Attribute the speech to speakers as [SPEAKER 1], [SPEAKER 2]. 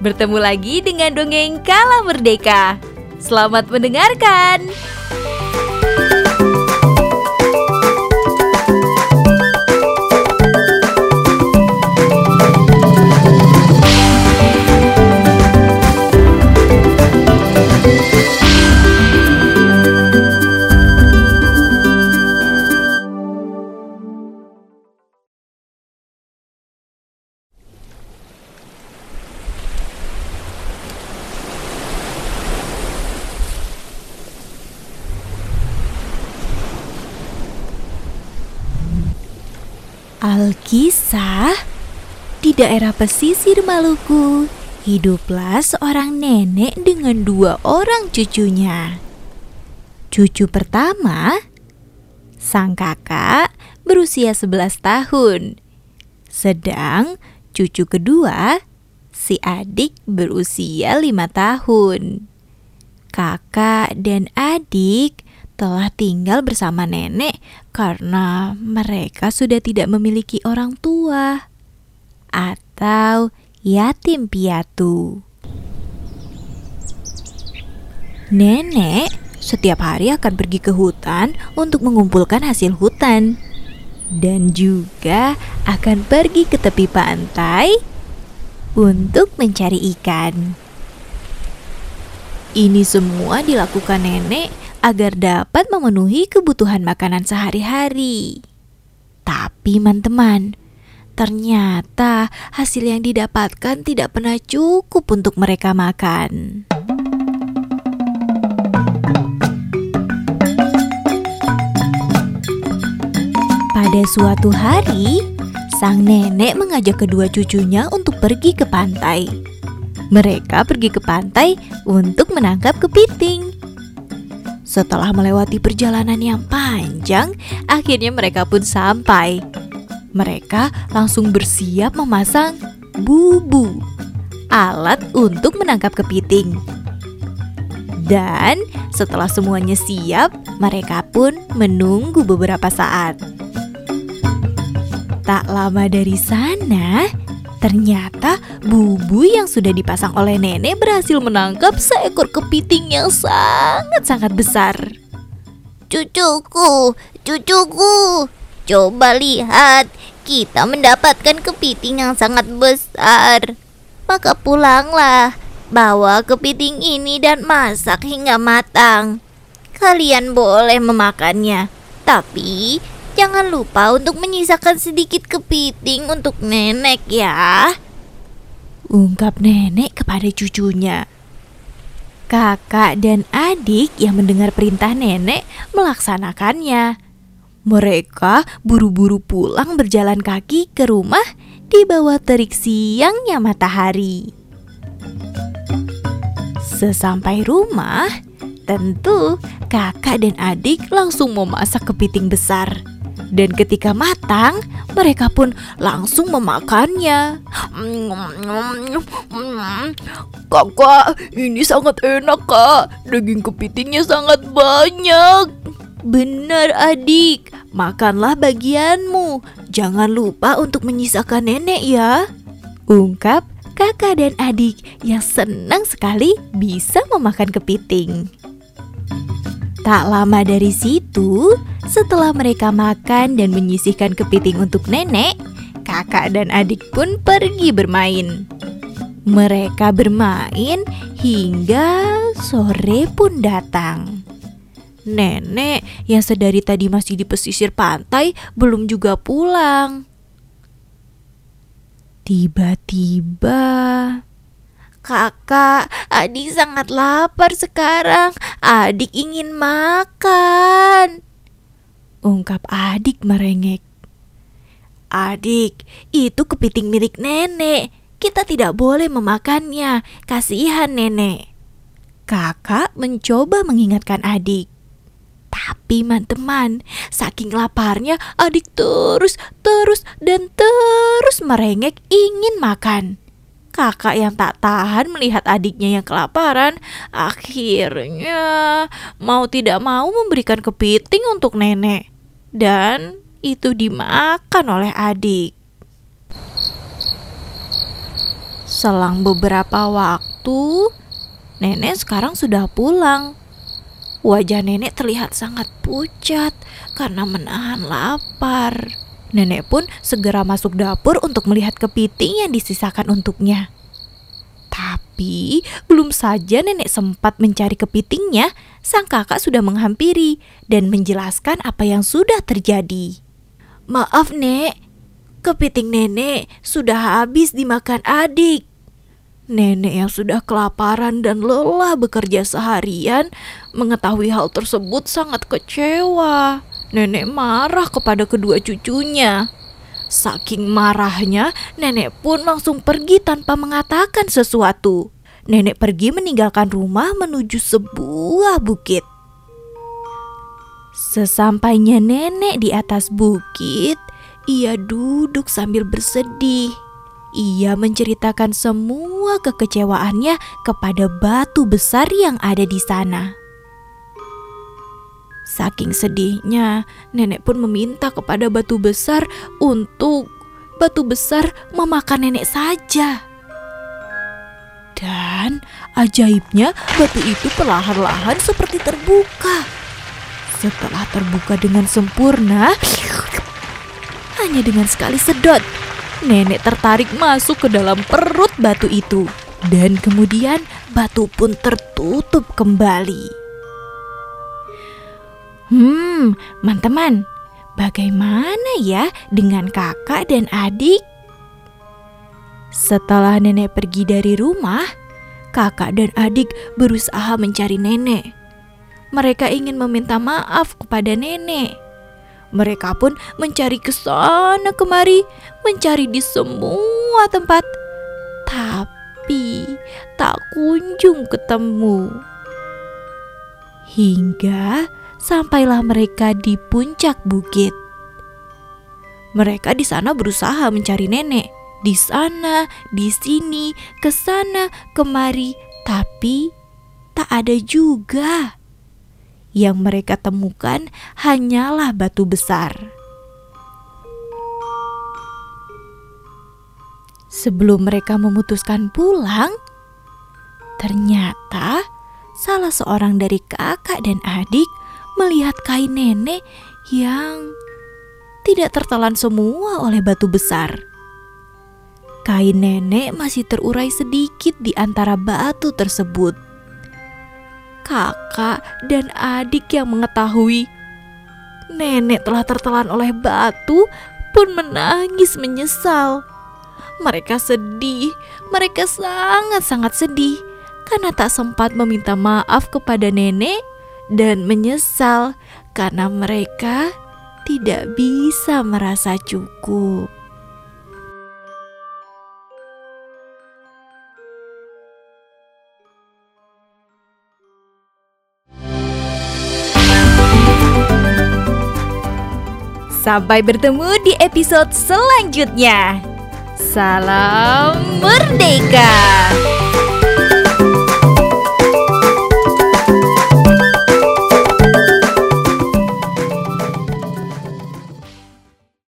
[SPEAKER 1] Bertemu lagi dengan Dongeng Kala Merdeka. Selamat mendengarkan. Alkisah, di daerah pesisir Maluku, hiduplah seorang nenek dengan 2 orang cucunya. Cucu pertama, sang kakak berusia 11 tahun. Sedang cucu kedua, si adik berusia 5 tahun. Kakak dan adik telah tinggal bersama nenek karena mereka sudah tidak memiliki orang tua atau yatim piatu. Nenek setiap hari akan pergi ke hutan untuk mengumpulkan hasil hutan dan juga akan pergi ke tepi pantai untuk mencari ikan. Ini semua dilakukan nenek agar dapat memenuhi kebutuhan makanan sehari-hari. Tapi teman-teman, ternyata hasil yang didapatkan tidak pernah cukup untuk mereka makan. Pada suatu hari, sang nenek mengajak kedua cucunya untuk pergi ke pantai. Mereka pergi ke pantai untuk menangkap kepiting. Setelah melewati perjalanan yang panjang, akhirnya mereka pun sampai. Mereka langsung bersiap memasang bubu, alat untuk menangkap kepiting. Dan setelah semuanya siap, mereka pun menunggu beberapa saat. Tak lama dari sana, ternyata bubu yang sudah dipasang oleh nenek berhasil menangkap seekor kepiting yang sangat-sangat besar. Cucuku, coba lihat, kita mendapatkan kepiting yang sangat besar. Maka pulanglah, bawa kepiting ini dan masak hingga matang. Kalian boleh memakannya, tapi jangan lupa untuk menyisakan sedikit kepiting untuk nenek ya, ungkap nenek kepada cucunya. Kakak dan adik yang mendengar perintah nenek melaksanakannya. Mereka buru-buru pulang berjalan kaki ke rumah di bawah terik siangnya matahari. Sesampai rumah, tentu kakak dan adik langsung memasak kepiting besar. Dan ketika matang, mereka pun langsung memakannya. Kakak, ini sangat enak kak. Daging kepitingnya sangat banyak. Benar adik, makanlah bagianmu. Jangan lupa untuk menyisakan nenek ya, ungkap kakak dan adik yang senang sekali bisa memakan kepiting. Tak lama dari situ, setelah mereka makan dan menyisihkan kepiting untuk nenek, kakak dan adik pun pergi bermain. Mereka bermain hingga sore pun datang. Nenek yang sedari tadi masih di pesisir pantai belum juga pulang. Tiba-tiba, kakak, adik sangat lapar sekarang. Adik ingin makan, ungkap adik merengek. Adik, itu kepiting milik nenek. Kita tidak boleh memakannya. Kasihan nenek. Kakak mencoba mengingatkan adik. Tapi teman-teman, saking laparnya adik terus merengek ingin makan. Kakak yang tak tahan melihat adiknya yang kelaparan, akhirnya mau tidak mau memberikan kepiting untuk nenek. Dan itu dimakan oleh adik. Selang beberapa waktu, nenek sekarang sudah pulang. Wajah nenek terlihat sangat pucat karena menahan lapar. Nenek pun segera masuk dapur untuk melihat kepiting yang disisakan untuknya. Tapi belum saja nenek sempat mencari kepitingnya, sang kakak sudah menghampiri dan menjelaskan apa yang sudah terjadi. Maaf Nek, kepiting nenek sudah habis dimakan adik. Nenek yang sudah kelaparan dan lelah bekerja seharian mengetahui hal tersebut sangat kecewa. Nenek marah kepada kedua cucunya. Saking marahnya, nenek pun langsung pergi tanpa mengatakan sesuatu. Nenek pergi meninggalkan rumah menuju sebuah bukit. Sesampainya nenek di atas bukit, ia duduk sambil bersedih. Ia menceritakan semua kekecewaannya kepada batu besar yang ada di sana. Saking sedihnya, nenek pun meminta kepada batu besar untuk batu besar memakan nenek saja. Dan ajaibnya, batu itu perlahan-lahan seperti terbuka. Setelah terbuka dengan sempurna, hanya dengan sekali sedot, nenek tertarik masuk ke dalam perut batu itu. Dan kemudian batu pun tertutup kembali. Teman-teman, bagaimana ya dengan kakak dan adik? Setelah nenek pergi dari rumah, kakak dan adik berusaha mencari nenek. Mereka ingin meminta maaf kepada nenek. Mereka pun mencari ke sana kemari, mencari di semua tempat, tapi tak kunjung ketemu. Hingga sampailah mereka di puncak bukit. Mereka di sana berusaha mencari nenek. Di sana, di sini, ke sana, kemari, tapi tak ada juga. Yang mereka temukan hanyalah batu besar. Sebelum mereka memutuskan pulang, ternyata salah seorang dari kakak dan adik melihat kain nenek yang tidak tertelan semua oleh batu besar. Kain nenek masih terurai sedikit di antara batu tersebut. Kakak dan adik yang mengetahui nenek telah tertelan oleh batu pun menangis menyesal. Mereka sedih, mereka sangat-sangat sedih karena tak sempat meminta maaf kepada nenek dan menyesal karena mereka tidak bisa merasa cukup. Sampai bertemu di episode selanjutnya. Salam merdeka!